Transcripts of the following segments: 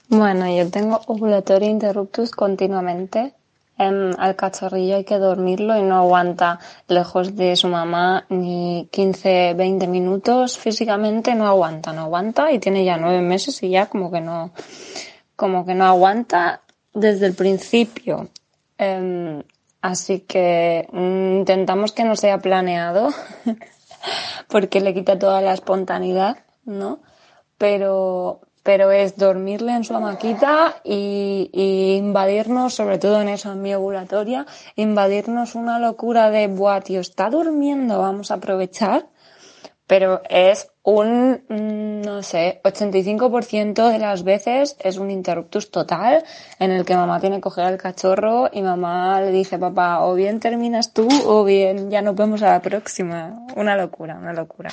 Bueno, yo tengo ovulatorio interruptus continuamente. Al cachorrillo hay que dormirlo y no aguanta lejos de su mamá ni 15, 20 minutos físicamente, no aguanta y tiene ya 9 meses y ya como que no aguanta desde el principio. Así que intentamos que no sea planeado porque le quita toda la espontaneidad, ¿no? Pero es dormirle en su hamaquita y invadirnos, sobre todo en esa mi ovulatoria, invadirnos una locura de, buah, tío, está durmiendo, vamos a aprovechar. Pero es no sé, 85% de las veces es un interruptus total en el que mamá tiene que coger al cachorro y mamá le dice, papá, o bien terminas tú o bien ya nos vemos a la próxima. Una locura, una locura.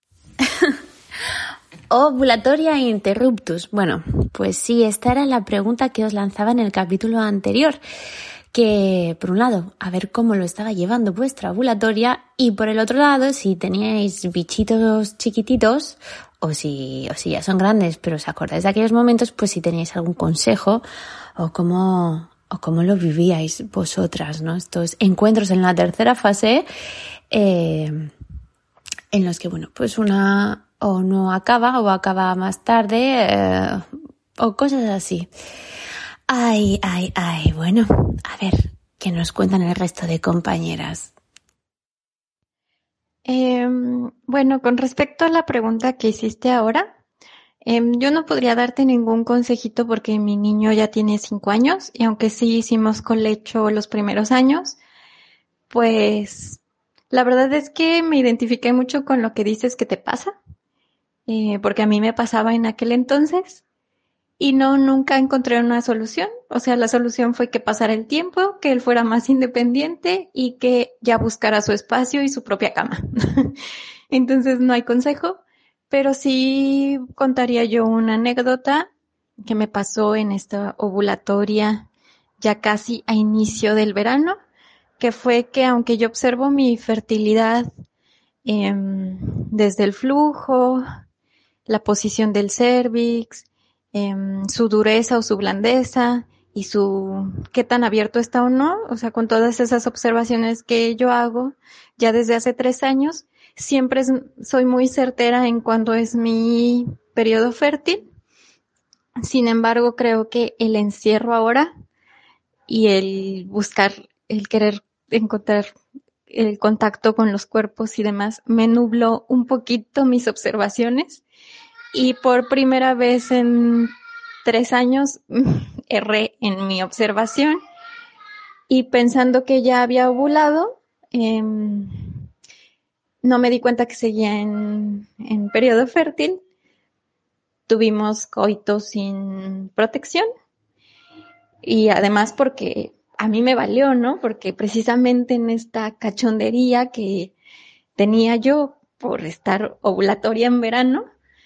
Ovulatoria interruptus. Bueno, pues sí, esta era la pregunta que os lanzaba en el capítulo anterior. Que, por un lado, a ver cómo lo estaba llevando vuestra ovulatoria y por el otro lado, si teníais bichitos chiquititos o si ya son grandes, pero os acordáis de aquellos momentos, pues si teníais algún consejo o cómo lo vivíais vosotras, ¿no? Estos encuentros en la tercera fase en los que, bueno, pues una o no acaba o acaba más tarde o cosas así. Ay, bueno, a ver, ¿qué nos cuentan el resto de compañeras? Bueno, con respecto a la pregunta que hiciste ahora, yo no podría darte ningún consejito porque mi niño ya tiene 5 años y aunque sí hicimos colecho los primeros años, pues la verdad es que me identifiqué mucho con lo que dices que te pasa, porque a mí me pasaba en aquel entonces. Y no, nunca encontré una solución. O sea, la solución fue que pasara el tiempo, que él fuera más independiente y que ya buscara su espacio y su propia cama. Entonces no hay consejo, pero sí contaría yo una anécdota que me pasó en esta ovulatoria ya casi a inicio del verano, que fue que aunque yo observo mi fertilidad desde el flujo, la posición del cérvix, su dureza o su blandeza y su qué tan abierto está o no, o sea, con todas esas observaciones que yo hago ya desde hace 3 años, siempre soy muy certera en cuándo es mi periodo fértil. Sin embargo, creo que el encierro ahora y el buscar, el querer encontrar el contacto con los cuerpos y demás, me nubló un poquito mis observaciones y por primera vez en 3 años erré en mi observación y pensando que ya había ovulado, no me di cuenta que seguía en periodo fértil. Tuvimos coito sin protección y además porque a mí me valió, ¿no? Porque precisamente en esta cachondería que tenía yo por estar ovulatoria en verano,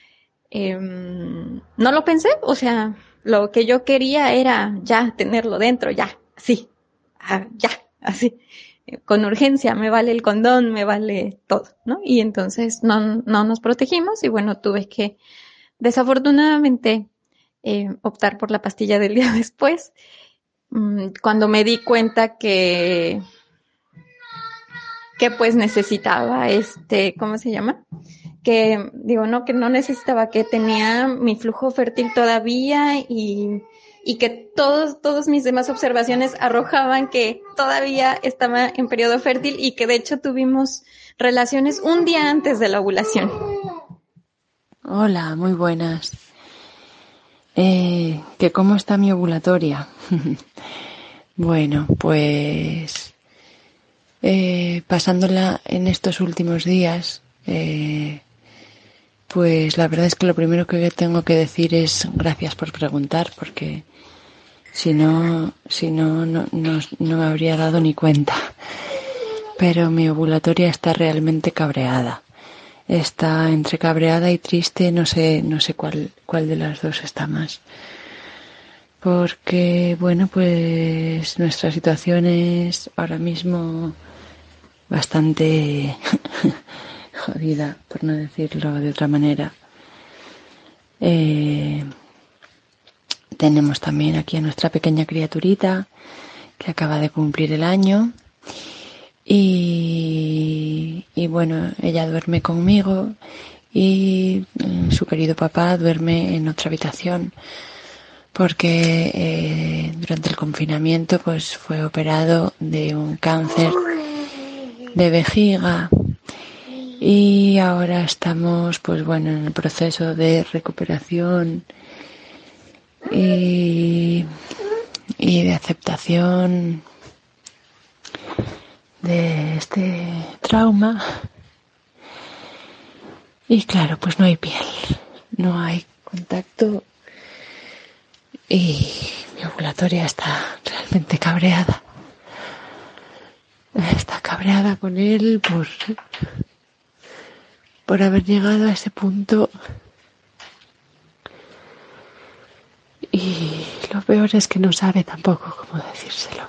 no lo pensé, o sea, lo que yo quería era ya tenerlo dentro, ya, así, ya, así, con urgencia, me vale el condón, me vale todo, ¿no? Y entonces no nos protegimos y bueno, tuve que desafortunadamente optar por la pastilla del día después, cuando me di cuenta que pues necesitaba ¿cómo se llama? Que digo, no, que no necesitaba, que tenía mi flujo fértil todavía y que todos mis demás observaciones arrojaban que todavía estaba en periodo fértil y que de hecho tuvimos relaciones un día antes de la ovulación. Hola, muy buenas. ¿Que cómo está mi ovulatoria? Bueno, pues pasándola en estos últimos días, pues la verdad es que lo primero que tengo que decir es gracias por preguntar, porque si no me habría dado ni cuenta. Pero mi ovulatoria está realmente cabreada. Está entre cabreada y triste, no sé cuál de las dos está más. Porque, bueno, pues nuestra situación es ahora mismo bastante jodida, por no decirlo de otra manera. tenemos también aquí a nuestra pequeña criaturita que acaba de cumplir el año. Y bueno, ella duerme conmigo y su querido papá duerme en otra habitación porque durante el confinamiento pues fue operado de un cáncer de vejiga y ahora estamos pues bueno en el proceso de recuperación y de aceptación de este trauma. Y claro, pues no hay piel, no hay contacto y mi ovulatoria está realmente cabreada. Está cabreada con él por haber llegado a ese punto. Y lo peor es que no sabe tampoco cómo decírselo.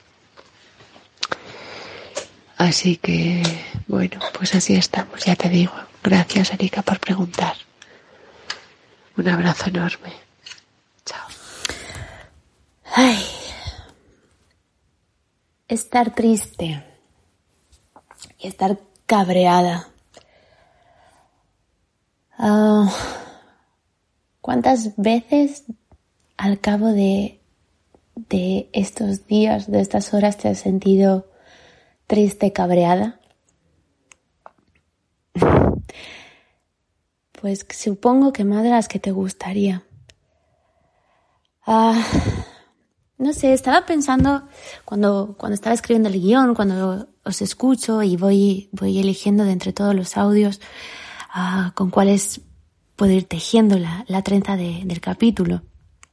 Así que, bueno, pues así estamos, ya te digo. Gracias, Erika, por preguntar. Un abrazo enorme. Chao. Ay. Estar triste y estar cabreada. ¿Cuántas veces al cabo de estos días, de estas horas, te has sentido triste, cabreada? Pues supongo que más de las que te gustaría. No sé, estaba pensando cuando estaba escribiendo el guión, cuando os escucho y voy eligiendo de entre todos los audios con cuáles puedo ir tejiendo la trenza del capítulo.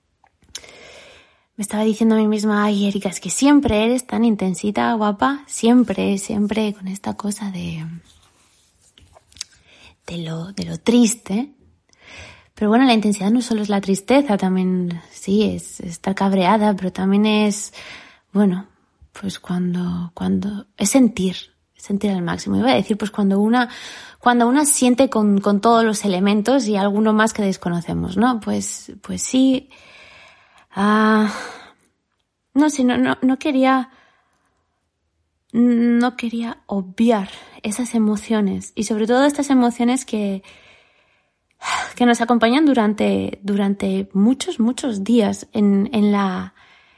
Me estaba diciendo a mí misma, ay, Erika, es que siempre eres tan intensita, guapa, siempre con esta cosa de lo triste. Pero bueno, la intensidad no solo es la tristeza, también sí, es estar cabreada, pero también es, bueno, pues cuando es sentir al máximo. Iba a decir, pues cuando una siente con todos los elementos y alguno más que desconocemos, ¿no? Pues sí. No sé, no quería obviar esas emociones y sobre todo estas emociones que nos acompañan durante muchos días en la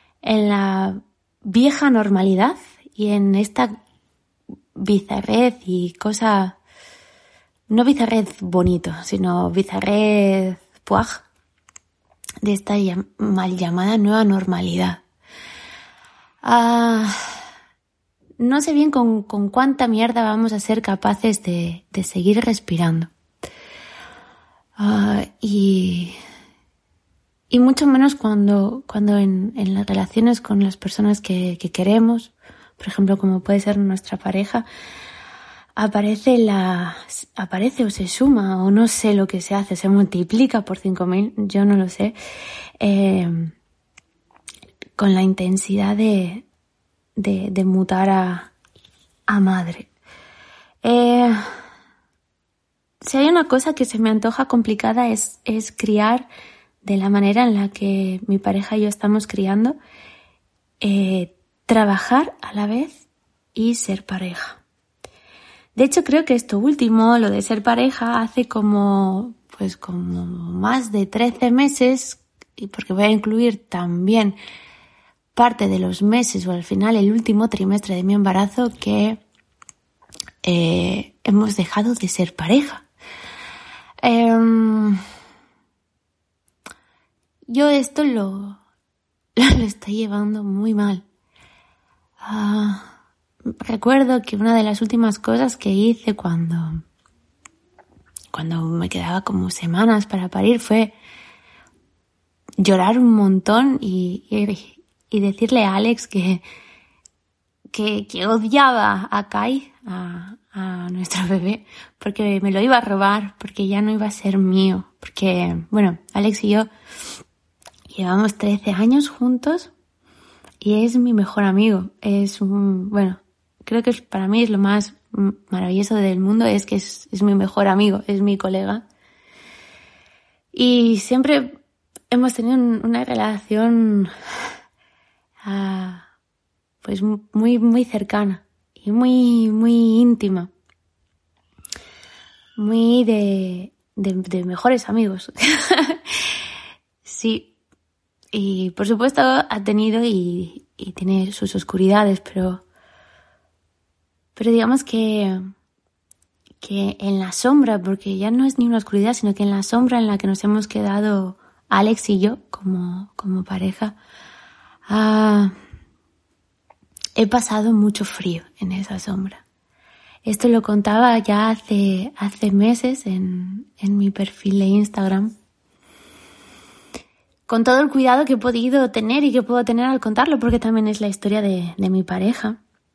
vieja normalidad y en esta bizarrez y cosa, no bizarrez bonito, sino bizarrez puaj de esta mal llamada nueva normalidad. No sé bien con cuánta mierda vamos a ser capaces de seguir respirando. Y mucho menos cuando en las relaciones con las personas que queremos, por ejemplo, como puede ser nuestra pareja, aparece o se suma o no sé lo que se hace, se multiplica por 5.000, yo no lo sé, con la intensidad de mutar a madre. Si hay una cosa que se me antoja complicada es criar de la manera en la que mi pareja y yo estamos criando, trabajar a la vez y ser pareja. De hecho, creo que esto último, lo de ser pareja, hace como más de 13 meses, y porque voy a incluir también parte de los meses o al final el último trimestre de mi embarazo, que hemos dejado de ser pareja. Yo esto lo estoy llevando muy mal. Recuerdo que una de las últimas cosas que hice cuando me quedaba como semanas para parir fue llorar un montón y decirle a Alex que odiaba a Kai, a nuestro bebé, porque me lo iba a robar, porque ya no iba a ser mío, porque, bueno, Alex y yo llevamos 13 años juntos y es mi mejor amigo. Creo que para mí es lo más maravilloso del mundo, es que es mi mejor amigo, es mi colega. Y siempre hemos tenido una relación pues muy, muy cercana y muy, muy íntima. Muy de mejores amigos. Sí. Y por supuesto ha tenido y tiene sus oscuridades, pero digamos que en la sombra, porque ya no es ni una oscuridad, sino que en la sombra en la que nos hemos quedado Alex y yo como pareja, he pasado mucho frío en esa sombra. Esto lo contaba ya hace meses en mi perfil de Instagram, con todo el cuidado que he podido tener y que puedo tener al contarlo, porque también es la historia de mi pareja.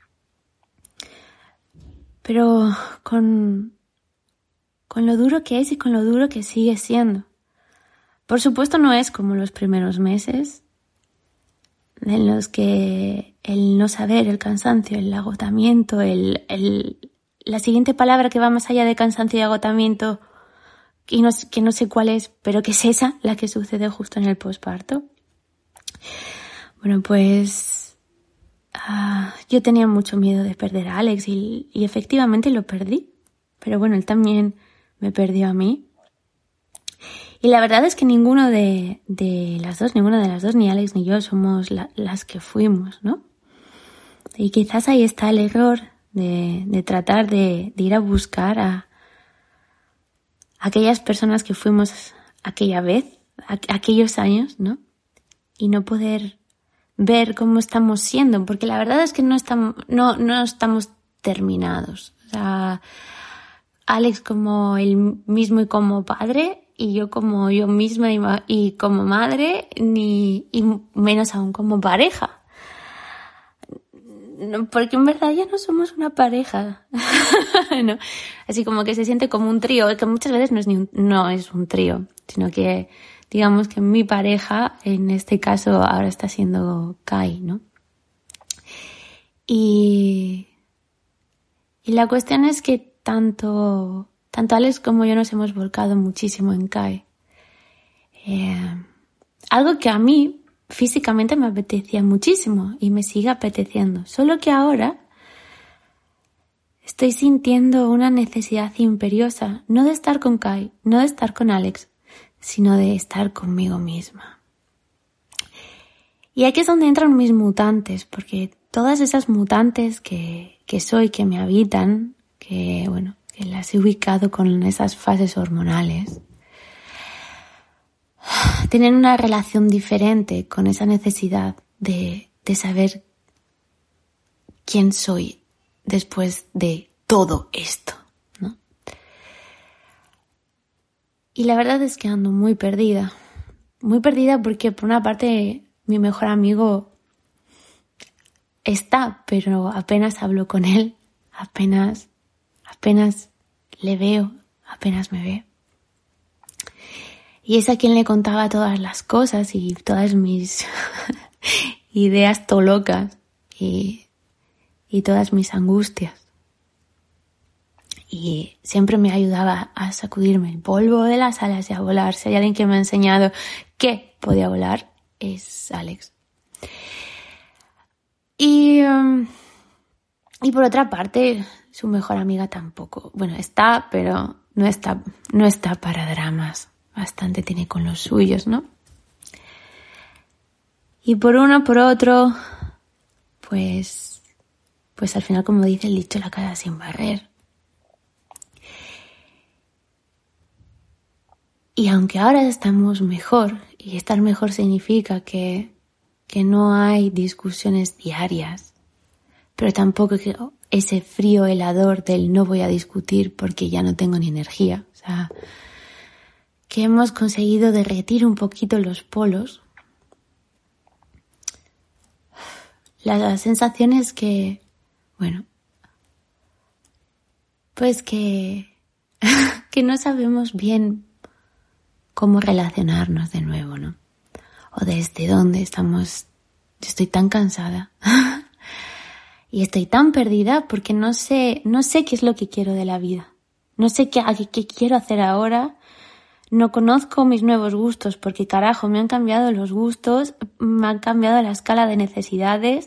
Pero con lo duro que es y con lo duro que sigue siendo. Por supuesto no es como los primeros meses, en los que el no saber, el cansancio, el agotamiento, la siguiente palabra que va más allá de cansancio y agotamiento, que no sé cuál es, pero que es esa la que sucede justo en el posparto. Bueno, pues yo tenía mucho miedo de perder a Alex y efectivamente lo perdí. Pero bueno, él también me perdió a mí. Y la verdad es que ninguna de las dos, ni Alex ni yo, somos las que fuimos, ¿no? Y quizás ahí está el error de tratar de ir a buscar a aquellas personas que fuimos aquella vez, aquellos años, ¿no? Y no poder ver cómo estamos siendo, porque la verdad es que no estamos terminados. O sea, Alex como él mismo y como padre, y yo como yo misma y como madre, y menos aún como pareja. Porque en verdad ya no somos una pareja. ¿No? Así como que se siente como un trío, que muchas veces no es un trío, sino que digamos que mi pareja, en este caso, ahora está siendo Kai, ¿no? Y la cuestión es que tanto Alex como yo nos hemos volcado muchísimo en Kai. Algo que a mí físicamente me apetecía muchísimo y me sigue apeteciendo. Solo que ahora estoy sintiendo una necesidad imperiosa, no de estar con Kai, no de estar con Alex, sino de estar conmigo misma. Y aquí es donde entran mis mutantes, porque todas esas mutantes que soy, que me habitan, que las he ubicado con esas fases hormonales, tienen una relación diferente con esa necesidad de saber quién soy después de todo esto, ¿no? Y la verdad es que ando muy perdida porque por una parte mi mejor amigo está, pero apenas hablo con él, apenas le veo, apenas me ve. Y es a quien le contaba todas las cosas y todas mis ideas locas y todas mis angustias. Y siempre me ayudaba a sacudirme el polvo de las alas y a volar. Si hay alguien que me ha enseñado que podía volar, es Alex. Y por otra parte, su mejor amiga tampoco. Bueno, está, pero no está para dramas. Bastante tiene con los suyos, ¿no? Y por uno, por otro, pues al final, como dice el dicho, la casa sin barrer. Y aunque ahora estamos mejor, y estar mejor significa que no hay discusiones diarias, pero tampoco que ese frío helador del no voy a discutir porque ya no tengo ni energía. O sea, que hemos conseguido derretir un poquito los polos. La sensación es que, pues que no sabemos bien cómo relacionarnos de nuevo, ¿no? O desde dónde estamos. Yo estoy tan cansada y estoy tan perdida porque no sé qué es lo que quiero de la vida. No sé qué quiero hacer ahora. No conozco mis nuevos gustos porque, carajo, me han cambiado los gustos, me han cambiado la escala de necesidades.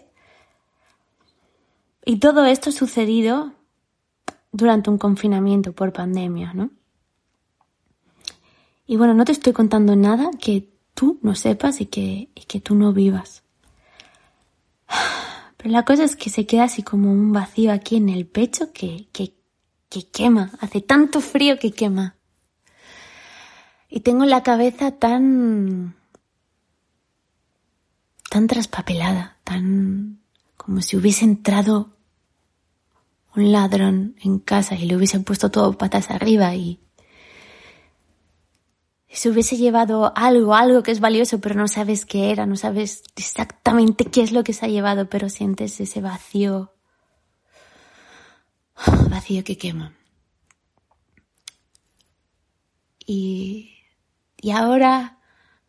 Y todo esto ha sucedido durante un confinamiento por pandemia, ¿no? Y bueno, no te estoy contando nada que tú no sepas y que tú no vivas. Pero la cosa es que se queda así como un vacío aquí en el pecho que quema. Hace tanto frío que quema. Y tengo la cabeza tan traspapelada, tan como si hubiese entrado un ladrón en casa y le hubiese puesto todo patas arriba y se hubiese llevado algo que es valioso, pero no sabes qué era, no sabes exactamente qué es lo que se ha llevado, pero sientes ese vacío que quema. Y ahora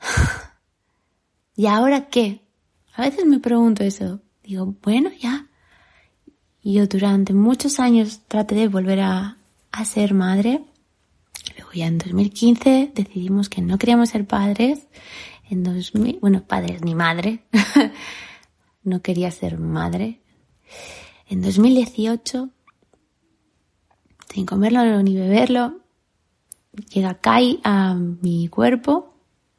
qué? A veces me pregunto eso. Digo, bueno, ya. Y yo durante muchos años traté de volver a ser madre. Luego ya en 2015 decidimos que no queríamos ser padres. Padres ni madre. No quería ser madre. En 2018, sin comerlo ni beberlo, llega Kai a mi cuerpo.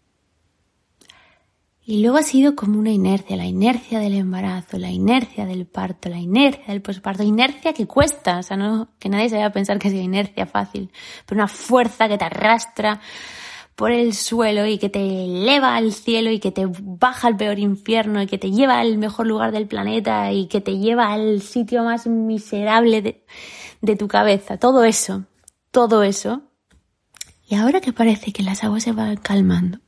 Y luego ha sido como una inercia, la inercia del embarazo, la inercia del parto, la inercia del posparto, inercia que cuesta, o sea, no, que nadie se vaya a pensar que sea inercia fácil, pero una fuerza que te arrastra por el suelo y que te eleva al cielo y que te baja al peor infierno y que te lleva al mejor lugar del planeta y que te lleva al sitio más miserable de tu cabeza, todo eso. Y ahora que parece que las aguas se van calmando,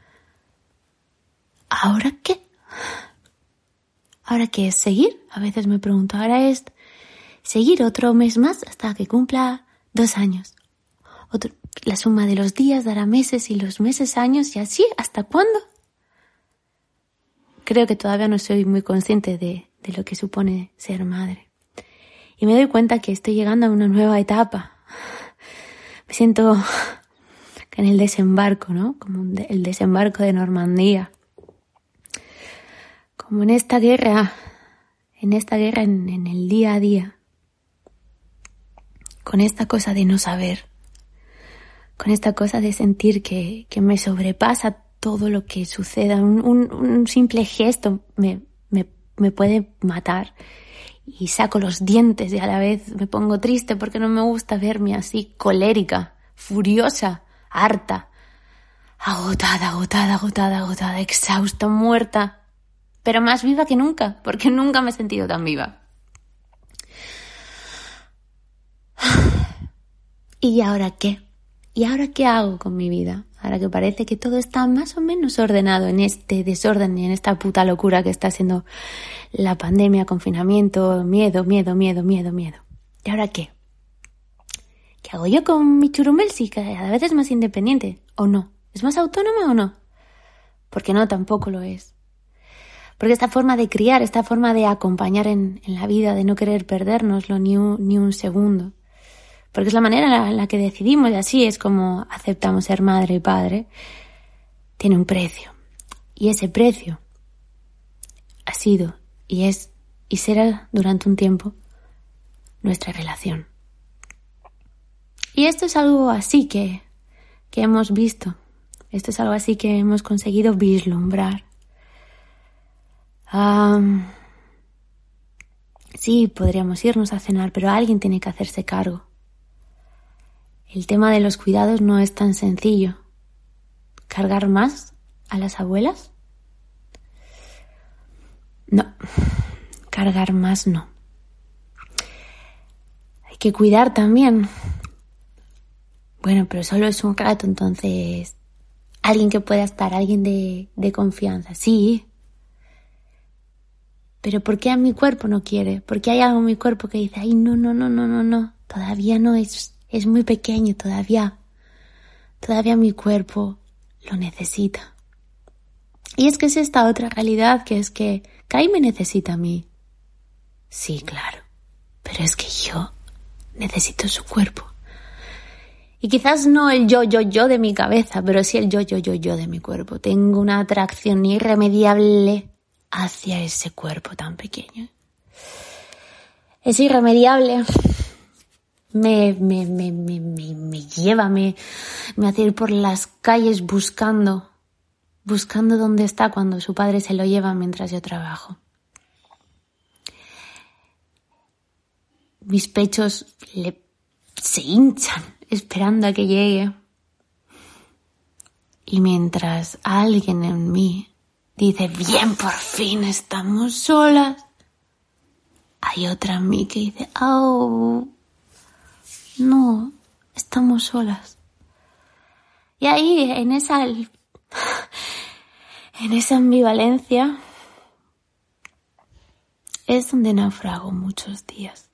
¿ahora qué? ¿Ahora qué es seguir? A veces me pregunto, ahora es seguir otro mes más hasta que cumpla 2 años. La suma de los días dará meses y los meses años y así, ¿hasta cuándo? Creo que todavía no soy muy consciente de lo que supone ser madre. Y me doy cuenta que estoy llegando a una nueva etapa. Me siento en el desembarco, ¿no? Como el desembarco de Normandía. Como en esta guerra en el día a día, con esta cosa de no saber, con esta cosa de sentir que me sobrepasa todo lo que suceda, un simple gesto me puede matar y saco los dientes y a la vez me pongo triste porque no me gusta verme así colérica, furiosa, harta, agotada, exhausta, muerta. Pero más viva que nunca, porque nunca me he sentido tan viva. ¿Y ahora qué? ¿Y ahora qué hago con mi vida? Ahora que parece que todo está más o menos ordenado en este desorden y en esta puta locura que está siendo la pandemia, confinamiento, miedo. ¿Y ahora qué? ¿Qué hago yo con mi churumbel si cada vez es más independiente? ¿O no? ¿Es más autónoma o no? Porque no, tampoco lo es. Porque esta forma de criar, esta forma de acompañar en la vida, de no querer perdérnoslo ni un segundo. Porque es la manera en la que decidimos y así es como aceptamos ser madre y padre. Tiene un precio. Y ese precio ha sido y es y será durante un tiempo nuestra relación. Y esto es algo así que hemos visto. Esto es algo así que hemos conseguido vislumbrar. Sí, podríamos irnos a cenar, pero alguien tiene que hacerse cargo. El tema de los cuidados no es tan sencillo. ¿Cargar más a las abuelas? No, cargar más no. Hay que cuidar también. Bueno, pero solo es un rato, entonces alguien que pueda estar, alguien de confianza, sí. Pero ¿por qué a mi cuerpo no quiere? ¿Por qué hay algo en mi cuerpo que dice, ay, no, todavía no, es muy pequeño, todavía mi cuerpo lo necesita? Y es que es esta otra realidad, que es que Kai me necesita a mí. Sí, claro, pero es que yo necesito su cuerpo. Y quizás no el yo de mi cabeza, pero sí el yo de mi cuerpo. Tengo una atracción irremediable hacia ese cuerpo tan pequeño. Es irremediable. Me lleva, me hace ir por las calles buscando dónde está cuando su padre se lo lleva mientras yo trabajo. Mis pechos se hinchan esperando a que llegue. Y mientras alguien en mí dice, bien, por fin estamos solas, hay otra en mí que dice, oh, no, estamos solas. Y ahí, en esa ambivalencia, es donde naufrago muchos días.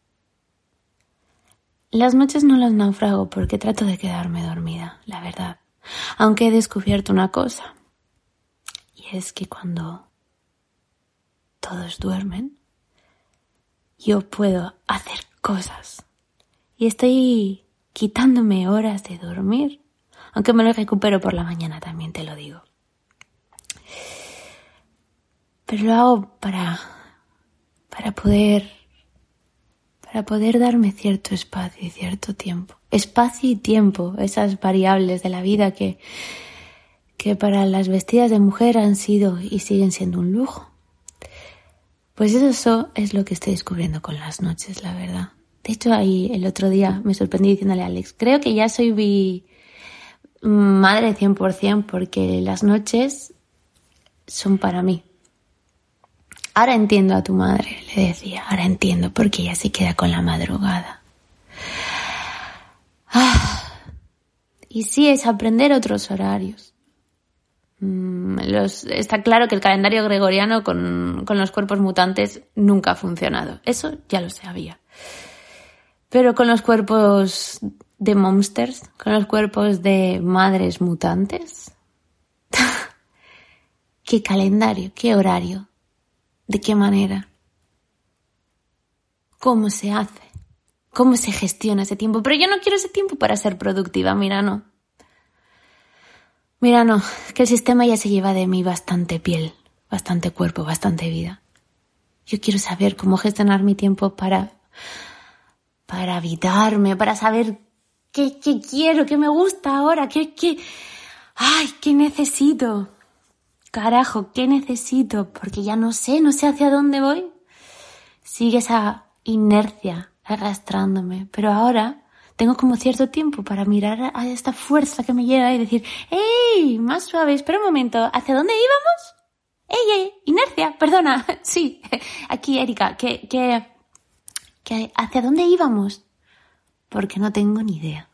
Las noches no las naufrago porque trato de quedarme dormida, la verdad. Aunque he descubierto una cosa. Y es que cuando todos duermen, yo puedo hacer cosas. Y estoy quitándome horas de dormir. Aunque me lo recupero por la mañana, también te lo digo. Pero lo hago para poder darme cierto espacio y cierto tiempo. Espacio y tiempo, esas variables de la vida que para las vestidas de mujer han sido y siguen siendo un lujo. Pues eso es lo que estoy descubriendo con las noches, la verdad. De hecho, ahí el otro día me sorprendí diciéndole a Alex, creo que ya soy madre 100% porque las noches son para mí. Ahora entiendo a tu madre, le decía, ahora entiendo por qué ella se queda con la madrugada. Y sí, es aprender otros horarios. Está claro que el calendario gregoriano con los cuerpos mutantes nunca ha funcionado. Eso ya lo sabía. Pero con los cuerpos de monsters, con los cuerpos de madres mutantes, ¿qué calendario? ¿Qué horario? ¿De qué manera? ¿Cómo se hace? ¿Cómo se gestiona ese tiempo? Pero yo no quiero ese tiempo para ser productiva, mira, no, que el sistema ya se lleva de mí bastante piel, bastante cuerpo, bastante vida. Yo quiero saber cómo gestionar mi tiempo para habitarme, para saber qué quiero, qué me gusta ahora, qué necesito. Carajo, ¿qué necesito? Porque ya no sé hacia dónde voy. Sigue esa inercia arrastrándome, pero ahora tengo como cierto tiempo para mirar a esta fuerza que me lleva y decir, ¡ey! Más suave, espera un momento, ¿hacia dónde íbamos? ¡Ey! Inercia, perdona, sí, aquí Erika, que ¿hacia dónde íbamos? Porque no tengo ni idea.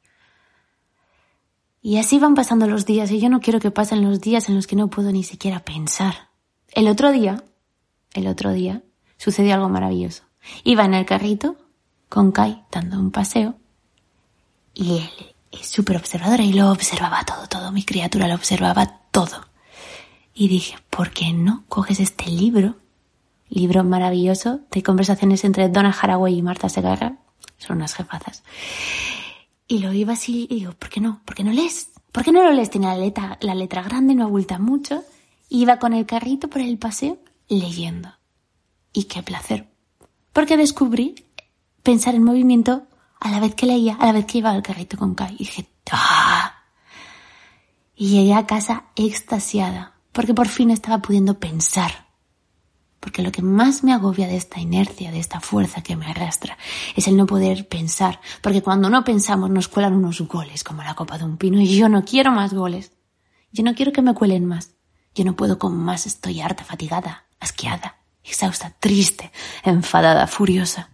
Y así van pasando los días y yo no quiero que pasen los días en los que no puedo ni siquiera pensar. El otro día sucedió algo maravilloso. Iba en el carrito con Kai dando un paseo y él es súper observadora y lo observaba todo, mi criatura lo observaba todo. Y dije, ¿por qué no coges este libro maravilloso de conversaciones entre Donna Haraway y Marta Segarra? Son unas jefazas. Y lo iba así y digo, ¿por qué no? ¿Por qué no lees? ¿Por qué no lo lees? Tiene la letra grande, no abulta mucho. Iba con el carrito por el paseo leyendo. Y qué placer. Porque descubrí pensar en movimiento a la vez que leía, a la vez que iba al carrito con Kai. Y dije, ¡ah! Y llegué a casa extasiada, porque por fin estaba pudiendo pensar. Porque lo que más me agobia de esta inercia, de esta fuerza que me arrastra, es el no poder pensar. Porque cuando no pensamos nos cuelan unos goles como la copa de un pino y yo no quiero más goles. Yo no quiero que me cuelen más. Yo no puedo con más, estoy harta, fatigada, asqueada, exhausta, triste, enfadada, furiosa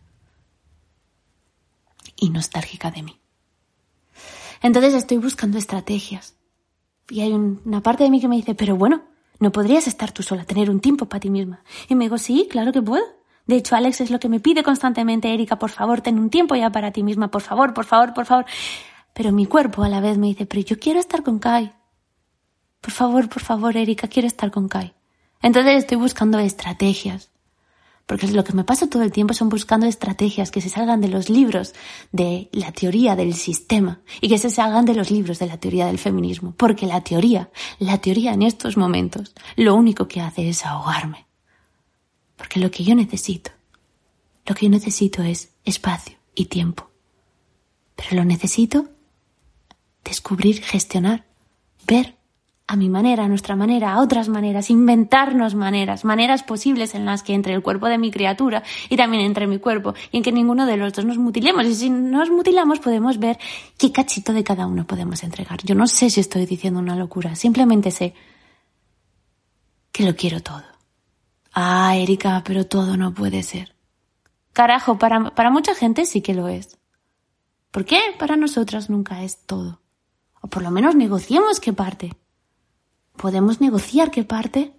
y nostálgica de mí. Entonces estoy buscando estrategias. Y hay una parte de mí que me dice, pero bueno, ¿no podrías estar tú sola, tener un tiempo para ti misma? Y me digo, sí, claro que puedo. De hecho, Alex es lo que me pide constantemente, Erika, por favor, ten un tiempo ya para ti misma, por favor, por favor, por favor. Pero mi cuerpo a la vez me dice, pero yo quiero estar con Kai. Por favor, Erika, quiero estar con Kai. Entonces estoy buscando estrategias Porque lo que me paso todo el tiempo son buscando estrategias que se salgan de los libros de la teoría del sistema y que se salgan de los libros de la teoría del feminismo. Porque la teoría en estos momentos, lo único que hace es ahogarme. Porque lo que yo necesito es espacio y tiempo. Pero lo necesito descubrir, gestionar, ver a mi manera, a nuestra manera, a otras maneras, inventarnos maneras posibles en las que entre el cuerpo de mi criatura y también entre mi cuerpo y en que ninguno de los dos nos mutilemos. Y si nos mutilamos podemos ver qué cachito de cada uno podemos entregar. Yo no sé si estoy diciendo una locura, simplemente sé que lo quiero todo. Ah, Erika, pero todo no puede ser. Carajo, para mucha gente sí que lo es. ¿Por qué? Para nosotras nunca es todo. O por lo menos negociemos qué parte. ¿Podemos negociar qué parte?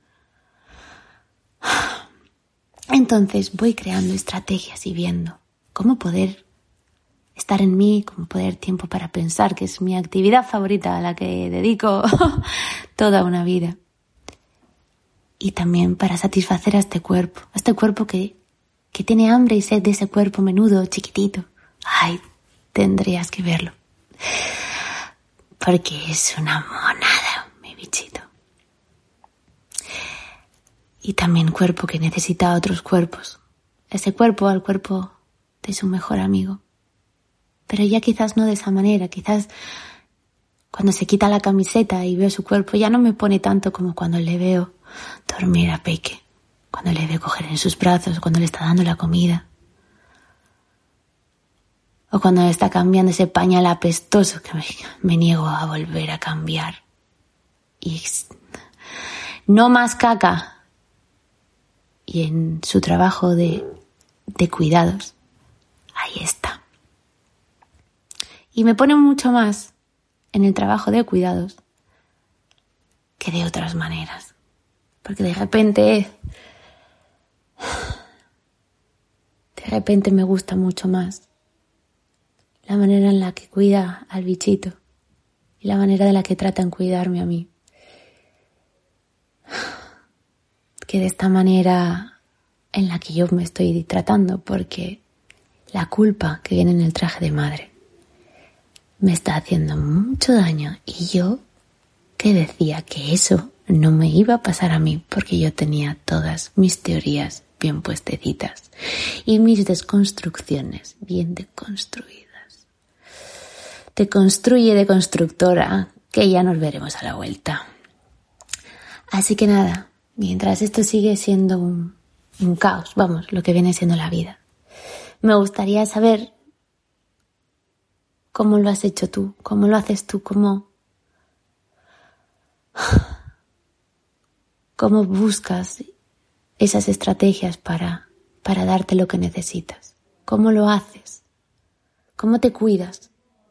Entonces voy creando estrategias y viendo cómo poder estar en mí, cómo poder tiempo para pensar, que es mi actividad favorita a la que dedico toda una vida. Y también para satisfacer a este cuerpo que tiene hambre y sed de ese cuerpo menudo, chiquitito. Ay, tendrías que verlo. Porque es una monada. Bichito. Y también cuerpo que necesita otros cuerpos. Ese cuerpo al cuerpo de su mejor amigo. Pero ya quizás no de esa manera. Quizás cuando se quita la camiseta y veo su cuerpo ya no me pone tanto como cuando le veo dormir a Peque. Cuando le veo coger en sus brazos, cuando le está dando la comida. O cuando le está cambiando ese pañal apestoso que me niego a volver a cambiar. Y no más caca. Y en su trabajo de cuidados, ahí está. Y me pone mucho más en el trabajo de cuidados que de otras maneras. Porque de repente me gusta mucho más la manera en la que cuida al bichito y la manera de la que trata en cuidarme a mí. Que de esta manera en la que yo me estoy tratando, porque la culpa que viene en el traje de madre me está haciendo mucho daño y yo que decía que eso no me iba a pasar a mí porque yo tenía todas mis teorías bien puestecitas y mis desconstrucciones bien deconstruidas. Deconstruye, deconstructora, que ya nos veremos a la vuelta. Así que nada, mientras esto sigue siendo un caos, vamos, lo que viene siendo la vida, me gustaría saber cómo lo has hecho tú, cómo lo haces tú, cómo buscas esas estrategias para darte lo que necesitas. ¿Cómo lo haces? ¿Cómo te cuidas?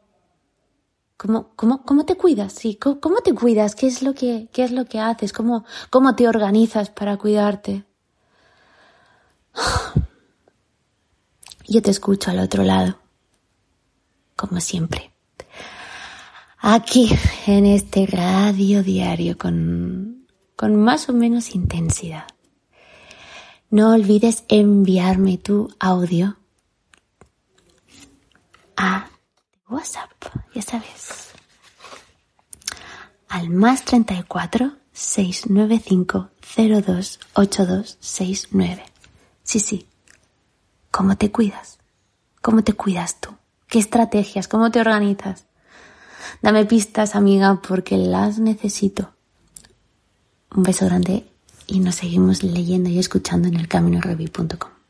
¿Cómo te cuidas? Sí, ¿cómo te cuidas? ¿Qué es lo que haces? ¿Cómo te organizas para cuidarte? Yo te escucho al otro lado, como siempre. Aquí, en este radio diario, con más o menos intensidad. No olvides enviarme tu audio a WhatsApp, ya sabes, al +34 695 02 8269. Sí, ¿cómo te cuidas? ¿Cómo te cuidas tú? ¿Qué estrategias? ¿Cómo te organizas? Dame pistas, amiga, porque las necesito. Un beso grande y nos seguimos leyendo y escuchando en elcaminorevi.com.